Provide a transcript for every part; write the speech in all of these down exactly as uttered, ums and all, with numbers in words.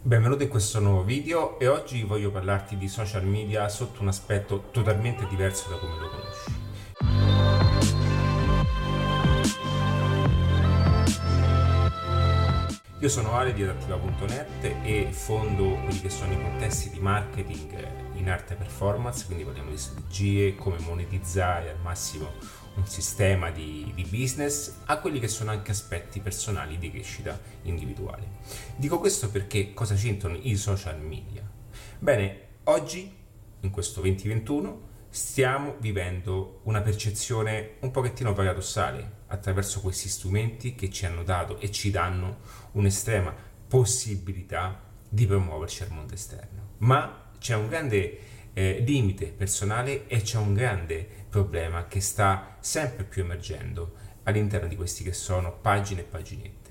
Benvenuto in questo nuovo video e oggi voglio parlarti di social media sotto un aspetto totalmente diverso da come lo conosci. Io sono Ale di adattiva punto net e fondo quelli che sono i contesti di marketing in arte performance, quindi parliamo di strategie, come monetizzare al massimo un sistema di, di business, a quelli che sono anche aspetti personali di crescita individuale. Dico questo perché cosa c'entrano i social media? Bene, oggi, in questo duemilaventuno, stiamo vivendo una percezione un pochettino paradossale attraverso questi strumenti che ci hanno dato e ci danno un'estrema possibilità di promuoverci al mondo esterno. Ma c'è un grande eh, limite personale e c'è un grande problema che sta sempre più emergendo all'interno di questi che sono pagine e paginette.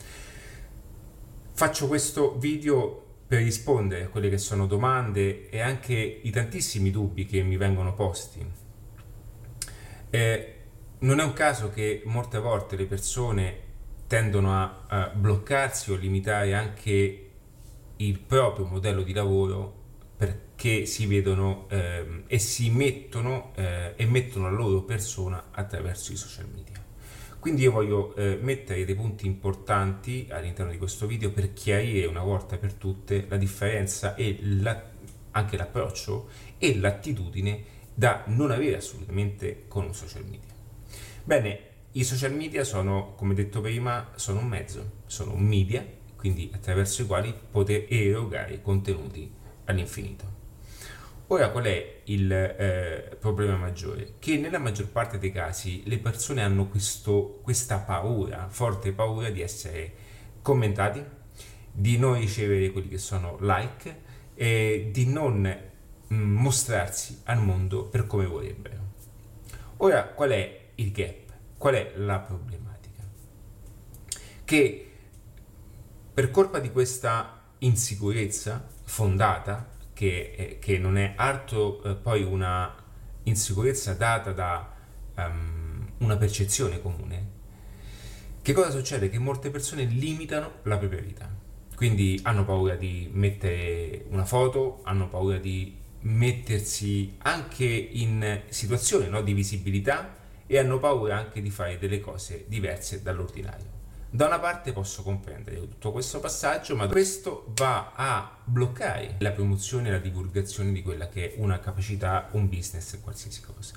Faccio questo video per rispondere a quelle che sono domande e anche i tantissimi dubbi che mi vengono posti. Eh, non è un caso che molte volte le persone tendono a, a bloccarsi o limitare anche il proprio modello di lavoro perché si vedono eh, e si mettono eh, e mettono la loro persona attraverso i social media. Quindi io voglio eh, mettere dei punti importanti all'interno di questo video per chiarire una volta per tutte la differenza e la, anche l'approccio e l'attitudine da non avere assolutamente con un social media. Bene, i social media sono, come detto prima, sono un mezzo, sono un media, quindi attraverso i quali poter erogare contenuti all'infinito. Ora, qual è il eh, problema maggiore? Che nella maggior parte dei casi le persone hanno questo, questa paura, forte paura di essere commentati, di non ricevere quelli che sono like e di non mh, mostrarsi al mondo per come vorrebbero. Ora, qual è il gap? Qual è la problematica? Che per colpa di questa insicurezza fondata, che, eh, che non è altro eh, poi una insicurezza data da um, una percezione comune, che cosa succede? Che molte persone limitano la propria vita, quindi hanno paura di mettere una foto, hanno paura di mettersi anche in situazioni, no, di visibilità e hanno paura anche di fare delle cose diverse dall'ordinario. Da una parte posso comprendere tutto questo passaggio, ma questo va a bloccare la promozione e la divulgazione di quella che è una capacità, un business e qualsiasi cosa.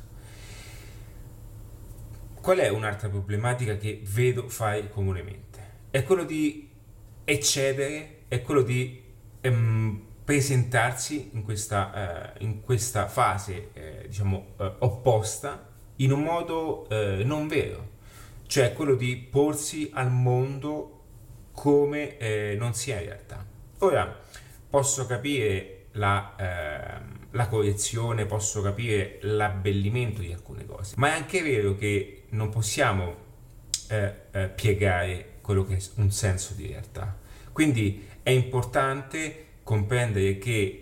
Qual è un'altra problematica che vedo fare comunemente? È quello di eccedere, è quello di ehm, presentarsi in questa, eh, in questa fase eh, diciamo eh, opposta in un modo eh, non vero. Cioè quello di porsi al mondo come eh, non si è in realtà. Ora, posso capire la, eh, la correzione, posso capire l'abbellimento di alcune cose, ma è anche vero che non possiamo eh, eh, piegare quello che è un senso di realtà. Quindi è importante comprendere che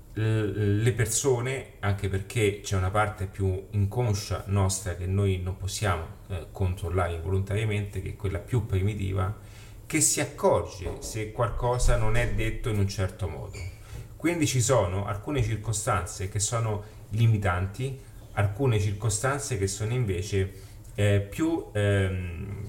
le persone, anche perché c'è una parte più inconscia nostra che noi non possiamo eh, controllare volontariamente, che è quella più primitiva, che si accorge se qualcosa non è detto in un certo modo. Quindi ci sono alcune circostanze che sono limitanti, alcune circostanze che sono invece eh, più, ehm,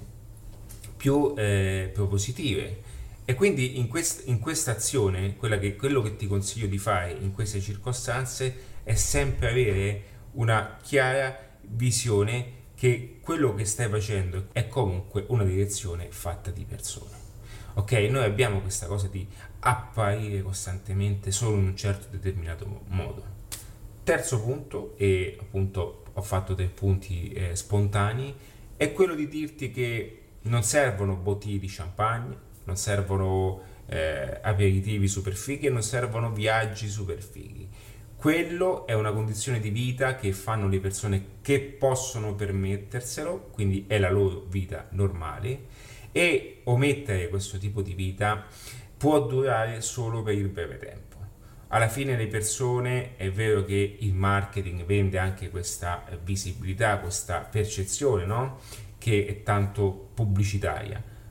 più eh, propositive. E quindi in, quest, in questa azione, quella che, quello che ti consiglio di fare in queste circostanze è sempre avere una chiara visione che quello che stai facendo è comunque una direzione fatta di persone. Ok? Noi abbiamo questa cosa di apparire costantemente solo in un certo determinato modo. Terzo punto, e appunto ho fatto dei punti eh, spontanei, è quello di dirti che non servono bottiglie di champagne, non servono eh, aperitivi super fighi e non servono viaggi super fighi. Quello è una condizione di vita che fanno le persone che possono permetterselo, quindi è la loro vita normale, e omettere questo tipo di vita può durare solo per il breve tempo. Alla fine le persone, è vero che il marketing vende anche questa visibilità, questa percezione, no? Che è tanto pubblicitaria,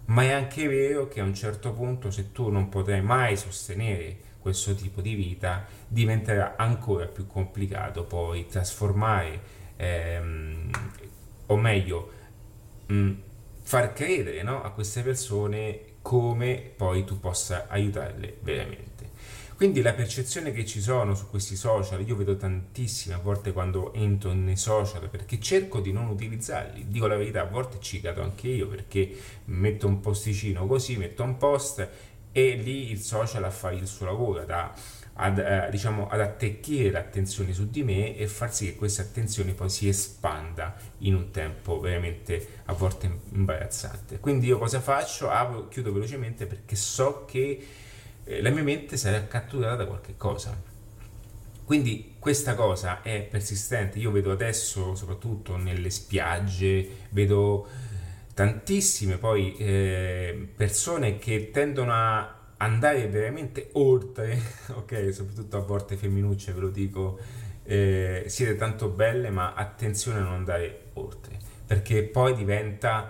ma è anche vero che a un certo punto, se tu non potrai mai sostenere questo tipo di vita, diventerà ancora più complicato poi trasformare, ehm, o meglio, mh, far credere, no, a queste persone come poi tu possa aiutarle veramente. Quindi la percezione che ci sono su questi social, io vedo tantissime a volte quando entro nei social, perché cerco di non utilizzarli, dico la verità, a volte ci cado anche io perché metto un posticino così, metto un post e lì il social a fare il suo lavoro, da, ad, eh, diciamo, ad attecchire l'attenzione su di me e far sì che questa attenzione poi si espanda in un tempo veramente a volte imbarazzante. Quindi io cosa faccio? Apro, chiudo velocemente perché so che eh, la mia mente sarà catturata da qualche cosa. Quindi questa cosa è persistente. Io vedo adesso, soprattutto nelle spiagge, vedo tantissime poi eh, persone che tendono a andare veramente oltre, ok? Soprattutto a volte femminucce, ve lo dico, eh, siete tanto belle, ma attenzione a non andare oltre, perché poi diventa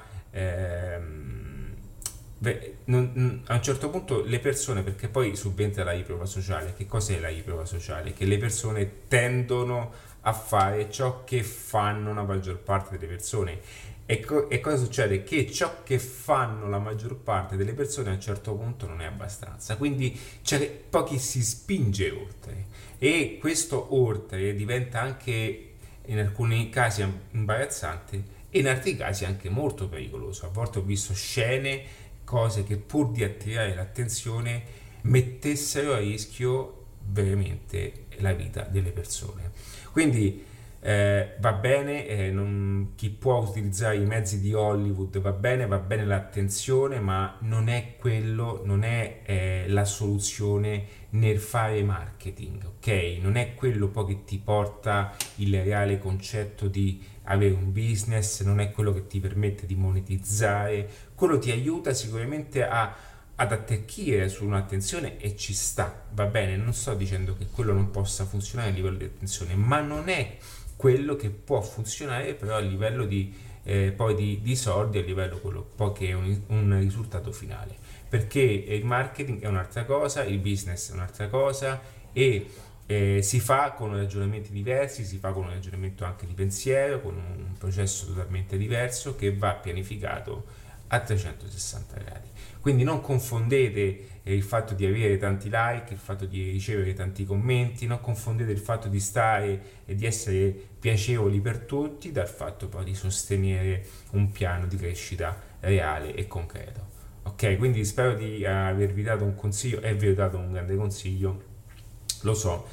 ehm, beh, non- a un certo punto le persone, perché poi subentra la riprova sociale. Che cos'è la riprova sociale? Che le persone tendono a fare ciò che fanno la maggior parte delle persone. E, co- e cosa succede? Che ciò che fanno la maggior parte delle persone a un certo punto non è abbastanza. Quindi c'è poi chi si spinge oltre. E questo oltre diventa anche in alcuni casi imbarazzante e in altri casi anche molto pericoloso. A volte ho visto scene, cose che pur di attirare l'attenzione mettessero a rischio veramente la vita delle persone. Quindi eh, va bene, eh, non- chi può utilizzare i mezzi di Hollywood va bene, va bene l'attenzione, ma non è quello, non è eh, la soluzione nel fare marketing, ok? Non è quello poi che ti porta il reale concetto di avere un business, non è quello che ti permette di monetizzare, quello ti aiuta sicuramente a ad attecchire su un'attenzione e ci sta, va bene, non sto dicendo che quello non possa funzionare a livello di attenzione, ma non è quello che può funzionare però a livello di, eh, poi di, di soldi, a livello quello poi che è un, un risultato finale, perché il marketing è un'altra cosa, il business è un'altra cosa e eh, si fa con ragionamenti diversi, si fa con un ragionamento anche di pensiero, con un processo totalmente diverso che va pianificato a trecentosessanta gradi. Quindi non confondete eh, il fatto di avere tanti like, il fatto di ricevere tanti commenti, non confondete il fatto di stare e di essere piacevoli per tutti dal fatto poi di sostenere un piano di crescita reale e concreto. Ok, quindi spero di avervi dato un consiglio e vi ho dato un grande consiglio, lo so,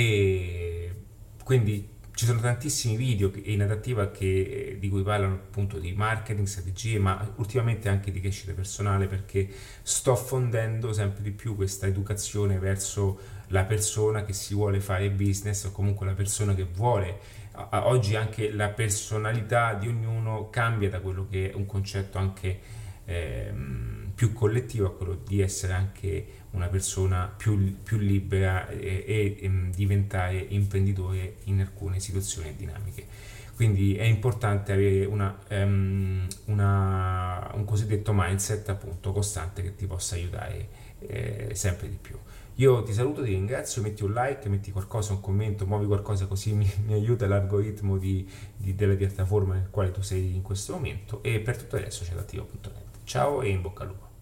e quindi ci sono tantissimi video che- in adattiva che, di cui parlano appunto di marketing, strategie, ma ultimamente anche di crescita personale, perché sto fondendo sempre di più questa educazione verso la persona che si vuole fare business o comunque la persona che vuole. A- a- Oggi anche la personalità di ognuno cambia da quello che è un concetto anche ehm, più collettivo a quello di essere anche una persona più, più libera e, e, e diventare imprenditore in alcune situazioni e dinamiche. Quindi è importante avere una, um, una, un cosiddetto mindset appunto costante che ti possa aiutare eh, sempre di più. Io ti saluto, ti ringrazio, metti un like, metti qualcosa, un commento, muovi qualcosa così mi, mi aiuta l'algoritmo di, di, della piattaforma nel quale tu sei in questo momento e per tutto adesso c'è l'attivo punto net. Ciao e in bocca al lupo.